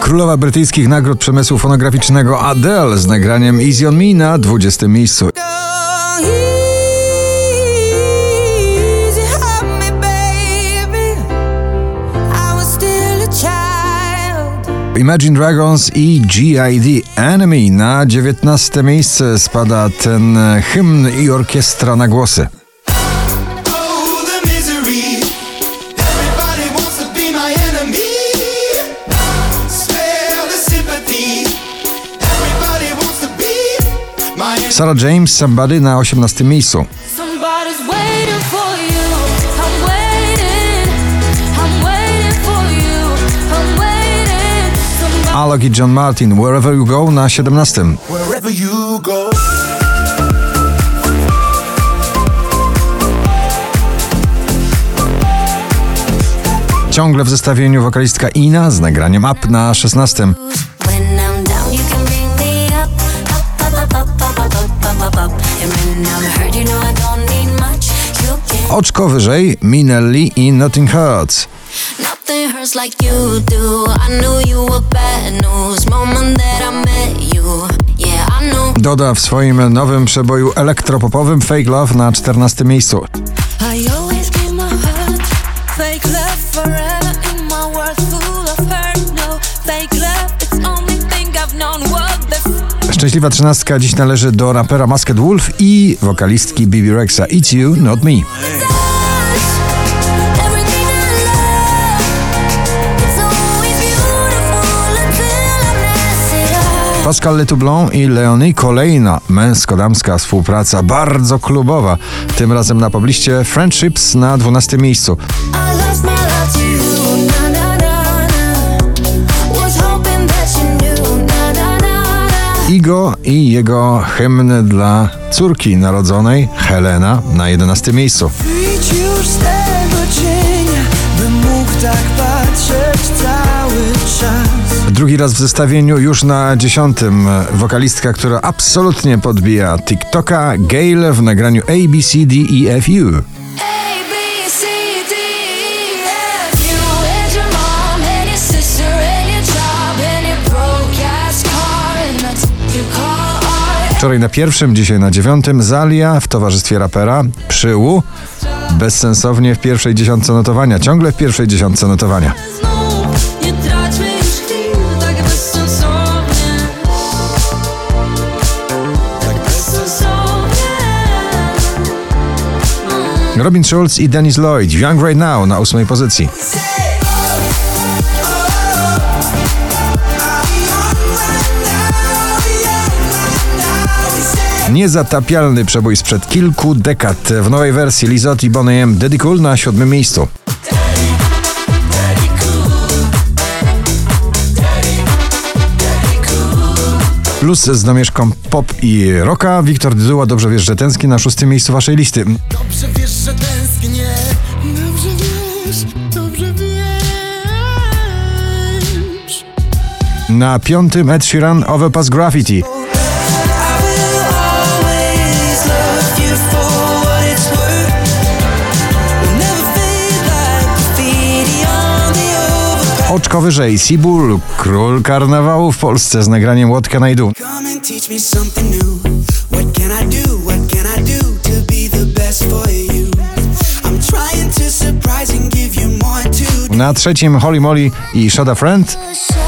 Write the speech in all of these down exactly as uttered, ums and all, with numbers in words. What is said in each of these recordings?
Królowa brytyjskich nagród przemysłu fonograficznego Adele z nagraniem Easy on Me na dwudziestym miejscu. Imagine Dragons i G I The Enemy na dziewiętnaste miejsce spada ten hymn i orkiestra na głosy. Sarah James, Somebody na osiemnastym miejscu. Alok i John Martin, Wherever You Go na siedemnastym. Ciągle w zestawieniu wokalistka Ina z nagraniem Up na szesnastym. Oczko wyżej Minelli i Nothing Hurts. Doda w swoim nowym przeboju elektropopowym Fake Love na czternastym miejscu. Szczęśliwa trzynastka dziś należy do rapera Masked Wolf i wokalistki Bebe Rexha. It's You, Not Me. Pascal Le Toublon i Leonie, kolejna męsko-damska współpraca, bardzo klubowa. Tym razem na pobliście Friendships na dwunastym miejscu. Igo i jego hymn dla córki narodzonej, Helena, na jedenastym miejscu. Wyjdź już z tego cienia, bym mógł tak patrzeć cały czas. Drugi raz w zestawieniu, już na dziesiątym, wokalistka, która absolutnie podbija TikToka, Gayle w nagraniu A B C D E F U. Wczoraj na pierwszym, dzisiaj na dziewiątym Zalia w towarzystwie rapera Przyłu, bezsensownie w pierwszej dziesiątce notowania, ciągle w pierwszej dziesiątce notowania. Robin Schulz i Dennis Lloyd, Young Right Now na ósmej pozycji. Niezatapialny przebój sprzed kilku dekad w nowej wersji Lizot i Boney M. Daddy Cool na siódmym miejscu. Plus z domieszką pop i rocka Wiktor Dyduła, Dobrze wiesz, że tęsknię na szóstym miejscu waszej listy. Dobrze wiesz, że tęsknię. Dobrze wiesz, dobrze wiesz. Na piątym Ed Sheeran, Overpass Graffiti. Oczko wyżej Sibul, król karnawału w Polsce z nagraniem What Can I Do. Na trzecim Holly Molly i Shot a Friend.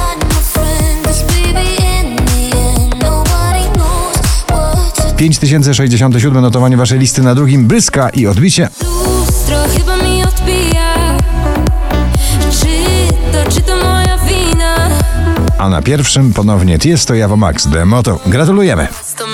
pięć tysięcy sześćdziesiąte siódme notowanie waszej listy, na drugim Bryska i Odbicie. A na pierwszym ponownie Tiesto i Avo Max, The Motto. Gratulujemy!